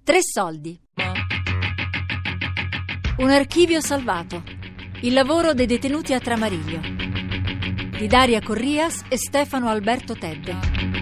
Tre soldi. Un archivio salvato. Il lavoro dei detenuti a Tramariglio. Di Daria Corrias e Stefano Alberto Tedde.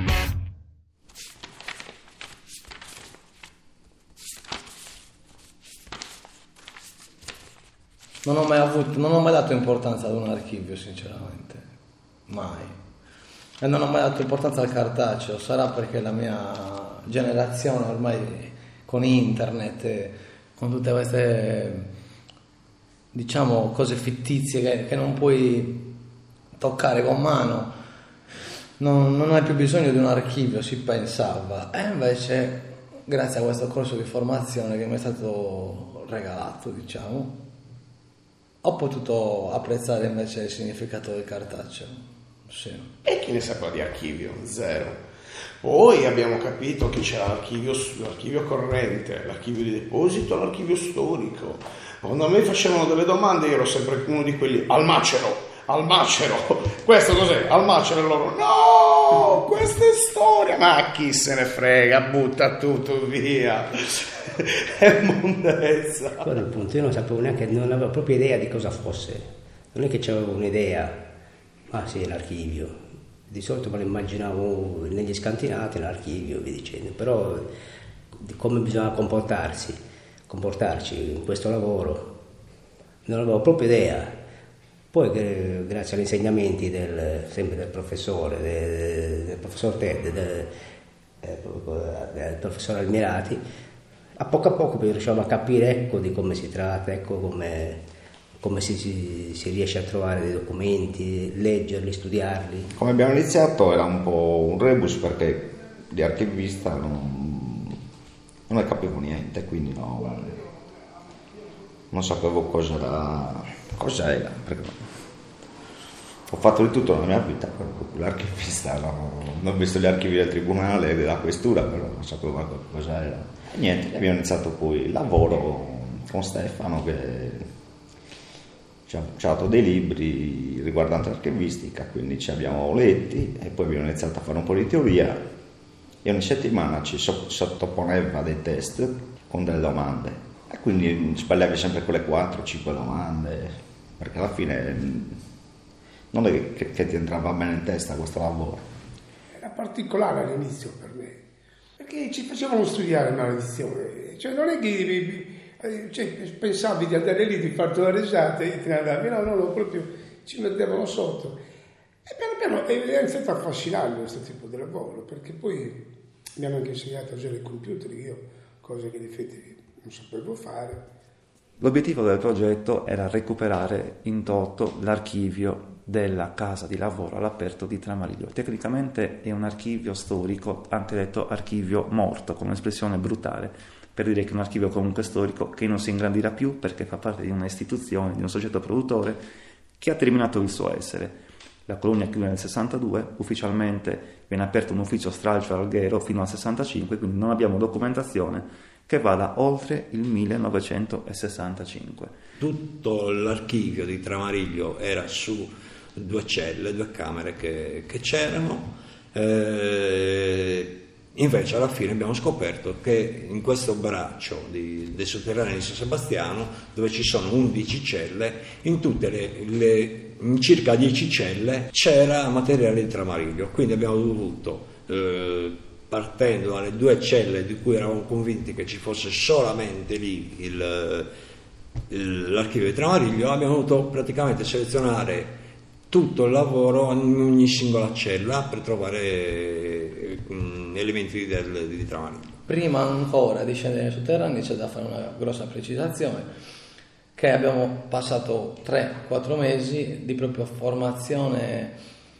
Non ho mai dato importanza ad un archivio, sinceramente. Mai. E non ho mai dato importanza al cartaceo. Sarà perché la mia generazione ormai con internet e con tutte queste, diciamo, cose fittizie che non puoi toccare con mano, non hai più bisogno di un archivio, si pensava. E invece, grazie a questo corso di formazione che mi è stato regalato, diciamo, ho potuto apprezzare invece il significato del cartaceo. Sì. E chi ne sapeva di archivio? Zero. Poi abbiamo capito che c'era l'archivio corrente, l'archivio di deposito, l'archivio storico. Quando a me facevano delle domande io ero sempre uno di quelli: al macero, questo cos'è? Al macero. E loro: no, questa è storia. Ma chi se ne frega, butta tutto via. È mondezza. Quello è il punto, io non sapevo neanche, non avevo proprio idea di cosa fosse. Non è che avevo un'idea, ma sì, l'archivio. Di solito me lo immaginavo negli scantinati, l'archivio, via dicendo, però di come bisogna comportarci in questo lavoro non avevo proprio idea. Poi grazie agli insegnamenti sempre del professore, del professor Tedde, del professor Almirati, a poco riusciamo a capire, ecco, di come si tratta, ecco come si riesce a trovare dei documenti, leggerli, studiarli. Come abbiamo iniziato era un po' un rebus, perché di archivista non ne capivo niente, quindi non sapevo cosa era, perché ho fatto di tutto nella mia vita, l'archivista, non ho visto gli archivi del tribunale e della questura, però non sapevo cosa era. E niente, abbiamo iniziato poi il lavoro con Stefano, che ci ha dato dei libri riguardanti l'archivistica, quindi ci abbiamo letti e poi abbiamo iniziato a fare un po' di teoria e ogni settimana ci sottoponeva dei test con delle domande e quindi sbagliavi sempre quelle 4-5 domande, perché alla fine non è che ti entrava bene in testa questo lavoro. Era particolare all'inizio per me, perché ci facevano studiare una lezione, cioè non è che pensavi di andare lì, di farti una risata e te ne andavi, no, proprio ci mettevano sotto. E piano piano è iniziato a affascinarmi questo tipo di lavoro, perché poi mi hanno anche insegnato a usare il computer, io, cose che in effetti non sapevo fare. L'obiettivo del progetto era recuperare in toto l'archivio della casa di lavoro all'aperto di Tramariglio. Tecnicamente è un archivio storico, anche detto archivio morto, con un'espressione brutale, per dire che è un archivio comunque storico che non si ingrandirà più perché fa parte di un'istituzione, di un soggetto produttore che ha terminato il suo essere. La colonia chiude nel 62, ufficialmente viene aperto un ufficio stralcio a Alghero fino al 65, quindi non abbiamo documentazione che vada oltre il 1965. Tutto l'archivio di Tramariglio era su 2 celle, 2 camere che c'erano. Invece alla fine abbiamo scoperto che in questo braccio dei sotterranei di San Sebastiano, dove ci sono 11 celle, in circa 10 celle c'era materiale di Tramariglio, quindi abbiamo dovuto, partendo dalle 2 celle di cui eravamo convinti che ci fosse solamente lì l'archivio di Tramariglio, abbiamo dovuto praticamente selezionare tutto il lavoro in ogni singola cella per trovare elementi di Tramariglio. Prima ancora di scendere nei sotterranei c'è da fare una grossa precisazione, che abbiamo passato 3-4 mesi di proprio formazione,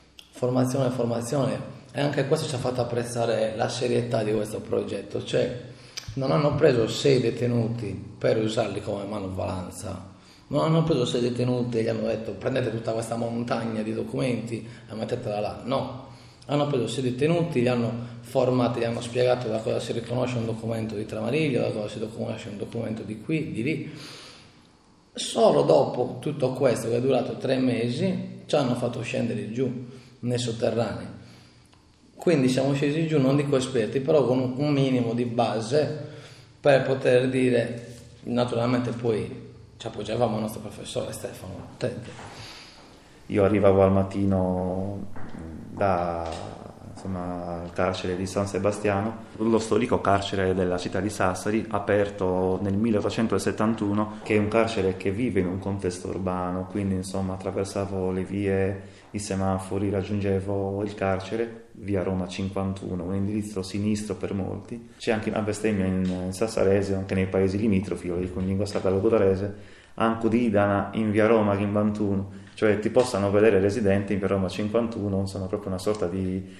e anche questo ci ha fatto apprezzare la serietà di questo progetto. Cioè, non hanno preso 6 detenuti per usarli come manovalanza, non hanno preso 6 detenuti e gli hanno detto prendete tutta questa montagna di documenti e mettetela là. No, hanno preso 6 detenuti, li hanno formati, gli hanno spiegato da cosa si riconosce un documento di Tramariglio, da cosa si riconosce un documento di qui, di lì. Solo dopo tutto questo, che è durato 3 mesi, ci hanno fatto scendere giù nei sotterranei. Quindi siamo scesi giù, non dico esperti, però con un minimo di base per poter dire, naturalmente poi ci appoggiavamo al nostro professore Stefano Tente. Io arrivavo al mattino al carcere di San Sebastiano, lo storico carcere della città di Sassari, aperto nel 1871, che è un carcere che vive in un contesto urbano, quindi insomma attraversavo le vie, i semafori, raggiungevo il carcere, via Roma 51, un indirizzo sinistro per molti. C'è anche una bestemmia in sassarese, anche nei paesi limitrofi, io lo dico in lingua sardo-logudorese, anche di Dana in via Roma 51, cioè ti possano vedere residenti in via Roma 51, insomma proprio una sorta di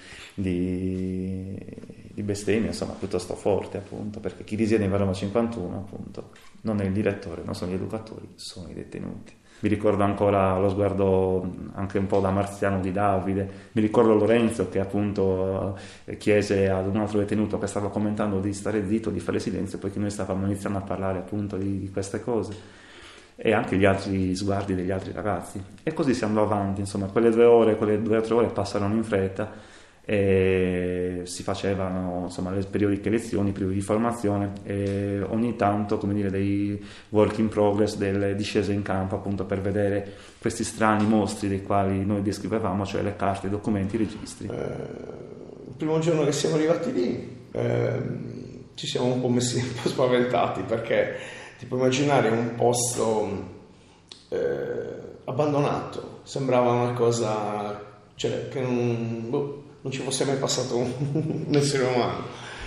bestemmia, insomma piuttosto forte, appunto, perché chi risiede in via Roma 51, appunto, non è il direttore, non sono gli educatori, sono i detenuti. Mi ricordo ancora lo sguardo anche un po' da marziano di Davide, mi ricordo Lorenzo che appunto chiese ad un altro detenuto che stava commentando di stare zitto, di fare silenzio, poiché noi stavamo iniziando a parlare appunto di queste cose, e anche gli altri sguardi degli altri ragazzi. E così si andò avanti, insomma, quelle 2 o 3 ore passarono in fretta e si facevano insomma le periodiche lezioni, periodi di formazione e ogni tanto, come dire, dei work in progress, delle discese in campo appunto per vedere questi strani mostri dei quali noi descrivevamo, cioè le carte, i documenti, i registri. Il primo giorno che siamo arrivati lì ci siamo un po' messi un po' spaventati, perché ti puoi immaginare un posto abbandonato, sembrava una cosa, cioè, che non ci fosse mai passato un essere umano.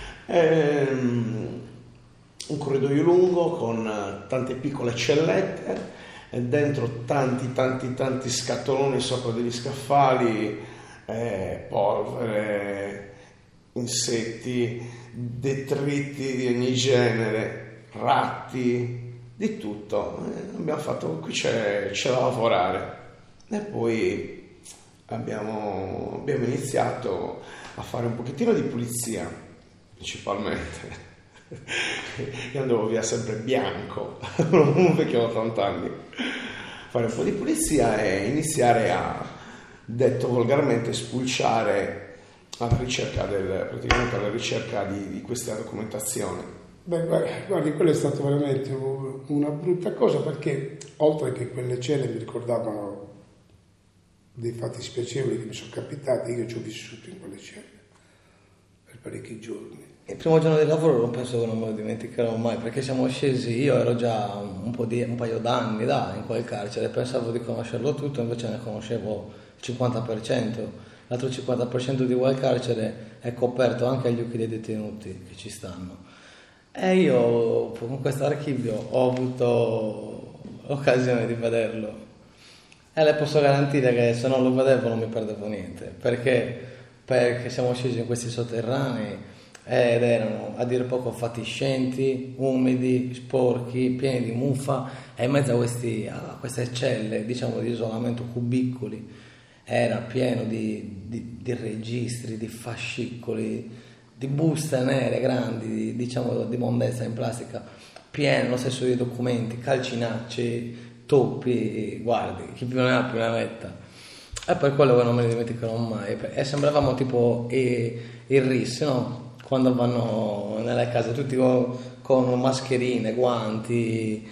Un corridoio lungo con tante piccole cellette e dentro tanti scatoloni sopra degli scaffali, polvere, insetti, detriti di ogni genere, ratti, di tutto. Abbiamo fatto, qui c'è da lavorare. E poi abbiamo iniziato a fare un pochettino di pulizia, principalmente. Io andavo via sempre bianco, non vecchio da 80 anni. Fare un po' di pulizia e iniziare a, detto volgarmente, spulciare alla ricerca di questa documentazione. Beh, guardi, quello è stato veramente una brutta cosa, perché oltre che quelle celle mi ricordavano dei fatti spiacevoli che mi sono capitati. Io ci ho vissuto in quelle celle per parecchi giorni. Il primo giorno di lavoro non penso che non me lo dimenticherò mai, perché siamo scesi, io ero già un paio d'anni in quel carcere, pensavo di conoscerlo tutto, invece ne conoscevo il 50%, l'altro 50% di quel carcere è coperto anche agli occhi dei detenuti che ci stanno. E io con questo archivio ho avuto l'occasione di vederlo. E le posso garantire che se non lo vedevo non mi perdevo niente, perché siamo scesi in questi sotterranei ed erano a dire poco fatiscenti, umidi, sporchi, pieni di muffa, e in mezzo a queste celle, diciamo, di isolamento, cubicoli, era pieno di registri, di fascicoli, di buste nere grandi, diciamo di mondezza in plastica, pieno lo stesso di documenti, calcinacci, toppi, guardi, chi più ne ha più ne metta. E per quello che non me ne dimenticherò mai. E sembravamo tipo i RIS, no? Quando vanno nelle case tutti con mascherine, guanti,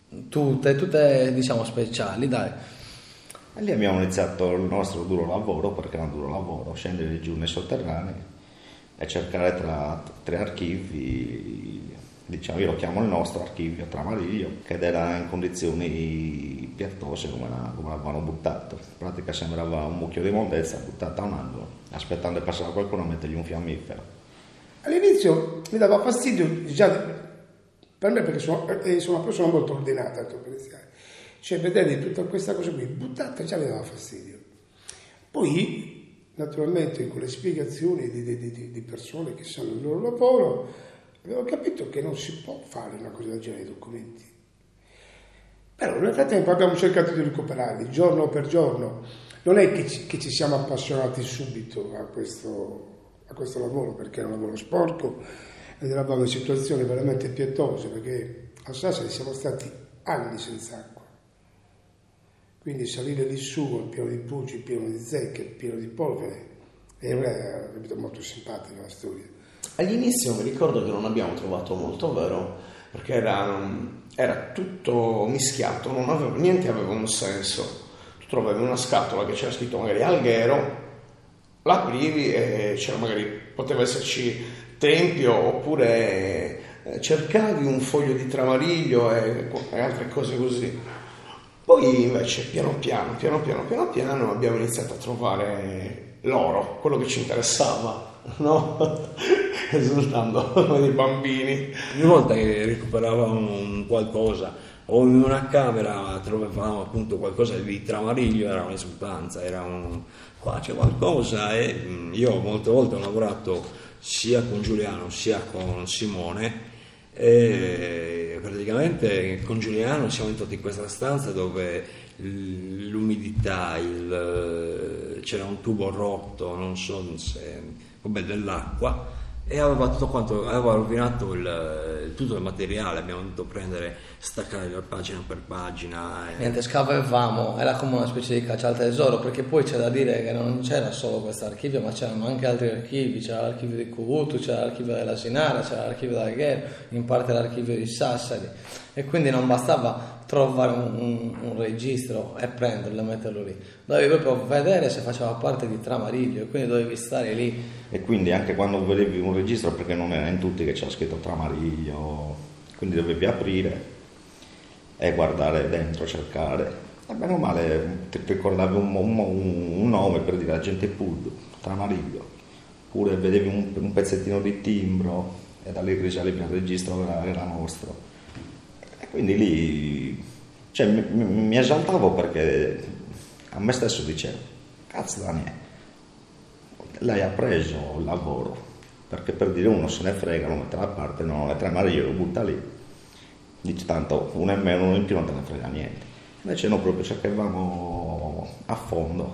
tutte diciamo speciali, dai. E lì abbiamo iniziato il nostro duro lavoro, perché era un duro lavoro, scendere giù nei sotterranei e cercare tra 3 archivi, diciamo, io lo chiamo il nostro archivio Tramariglio, che era in condizioni pietose come l'avevano buttato. In pratica sembrava un mucchio di mondezza buttata a un angolo, aspettando che passava qualcuno a mettergli un fiammifero. All'inizio mi dava fastidio, già per me, perché sono una persona molto ordinata, cioè vedere tutta questa cosa qui buttata già mi dava fastidio. Poi naturalmente con le spiegazioni di persone che sanno il loro lavoro avevo capito che non si può fare una cosa del genere, i documenti. Però nel frattempo abbiamo cercato di recuperarli giorno per giorno. Non è che ci siamo appassionati subito a questo lavoro, perché era un lavoro sporco ed eravamo in situazioni veramente pietose, perché a Sassari siamo stati anni senza acqua. Quindi salire lì su, pieno di puggi, pieno di zecche, pieno di polvere, era molto simpatica la storia. All'inizio mi ricordo che non abbiamo trovato molto, vero? Perché era tutto mischiato, niente aveva un senso. Tu trovavi una scatola che c'era scritto magari Alghero, l'aprivi e c'era magari, poteva esserci Tempio, oppure cercavi un foglio di Tramariglio e altre cose così. Poi invece piano piano abbiamo iniziato a trovare l'oro, quello che ci interessava, no? Esultando come dei bambini. Ogni volta che recuperavamo qualcosa o in una camera trovavamo appunto qualcosa di Tramariglio, era un'esultanza, qua c'è qualcosa. E io molte volte ho lavorato sia con Giuliano sia con Simone, e praticamente con Giuliano siamo entrati in questa stanza dove l'umidità, c'era un tubo rotto, non so se dell'acqua, e aveva tutto quanto, aveva rovinato tutto il materiale. Abbiamo dovuto staccare pagina per pagina. Niente, scavavamo, era come una specie di caccia al tesoro, perché poi c'è da dire che non c'era solo questo archivio, ma c'erano anche altri archivi. C'era l'archivio di Cuvuto, c'era l'archivio della Sinara, c'era l'archivio d'Alghero, in parte l'archivio di Sassari, e quindi non bastava trovare un registro e prenderlo e metterlo lì, dovevi proprio vedere se faceva parte di Tramariglio, e quindi dovevi stare lì. E quindi anche quando vedevi un registro, perché non era in tutti che c'era scritto Tramariglio, quindi dovevi aprire e guardare dentro, cercare, e bene o male ti ricordavi un nome, per dire Agente Pud, Tramariglio, oppure vedevi un pezzettino di timbro e da lì risalivi al registro, era nostro. E quindi lì mi esaltavo, perché a me stesso dicevo, cazzo Daniele, lei ha preso il lavoro, perché per dire uno se ne frega, lo mette da parte, non è Tramariglio, lo butta lì, dice tanto uno in meno, uno in più, non te ne frega niente. Invece noi proprio cercavamo a fondo,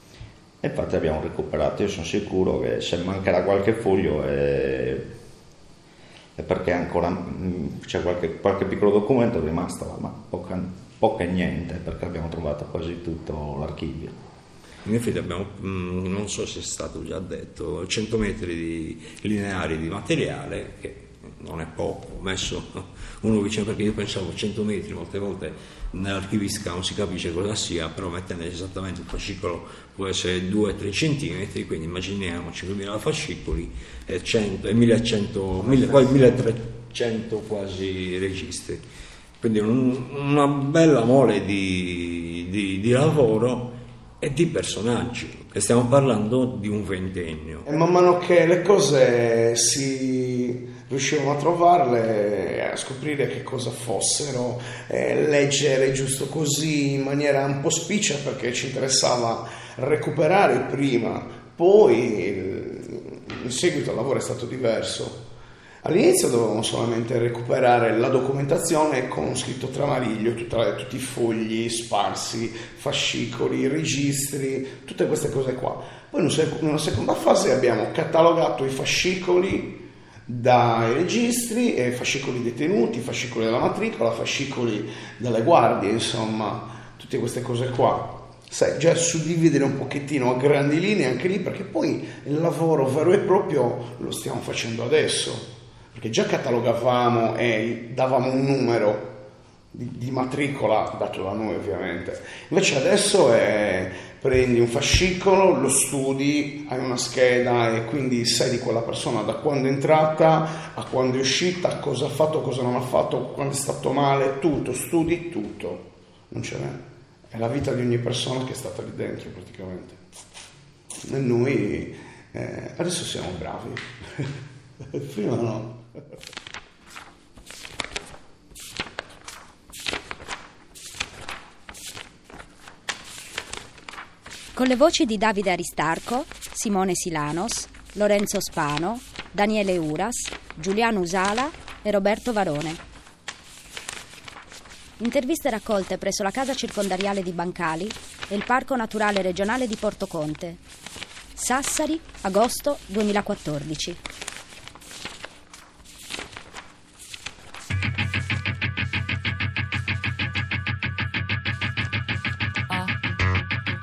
e infatti abbiamo recuperato. Io sono sicuro che se mancherà qualche foglio è perché ancora c'è qualche piccolo documento rimasto, ma poca e niente, perché abbiamo trovato quasi tutto l'archivio. In effetti abbiamo, non so se è stato già detto, 100 metri lineari di materiale, che non è poco, messo uno vicino, perché io pensavo 100 metri, molte volte nell'archivistica non si capisce cosa sia, però mettendo esattamente il fascicolo può essere 2-3 centimetri, quindi immaginiamo 5.000 fascicoli e 1.100, quasi 1.300 quasi registri, quindi una bella mole di lavoro e di personaggi, e stiamo parlando di un ventennio. E man mano che le cose riuscivamo a trovarle, a scoprire che cosa fossero, leggere giusto così in maniera un po' spiccia, perché ci interessava recuperare prima, poi in seguito il lavoro è stato diverso. All'inizio dovevamo solamente recuperare la documentazione con scritto Tramariglio, tutti i fogli sparsi, fascicoli, registri, tutte queste cose qua. Poi in una seconda fase abbiamo catalogato i fascicoli dai registri, e fascicoli detenuti, fascicoli della matricola, fascicoli delle guardie, insomma, tutte queste cose qua. Sai, già suddividere un pochettino a grandi linee anche lì, perché poi il lavoro vero e proprio lo stiamo facendo adesso, perché già catalogavamo e davamo un numero di matricola dato da noi, ovviamente. Invece adesso prendi un fascicolo, lo studi, hai una scheda, e quindi sai di quella persona da quando è entrata a quando è uscita, cosa ha fatto, cosa non ha fatto, quando è stato male, tutto, studi tutto, non ce n'è. È la vita di ogni persona che è stata lì dentro, praticamente. E noi adesso siamo bravi. Prima no. Con le voci di Davide Aristarco, Simone Silanos, Lorenzo Spano, Daniele Uras, Giuliano Usala e Roberto Varone. Interviste raccolte presso la casa circondariale di Bancali e il Parco Naturale Regionale di Portoconte. Sassari, agosto 2014.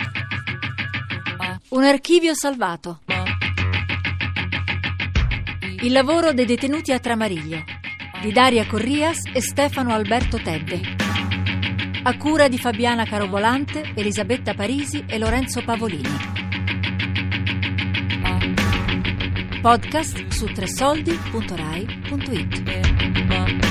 Un archivio salvato. Il lavoro dei detenuti a Tramariglio di Daria Corrias e Stefano Alberto Tedde, a cura di Fabiana Carobolante, Elisabetta Parisi e Lorenzo Pavolini. Podcast su tresoldi.rai.it.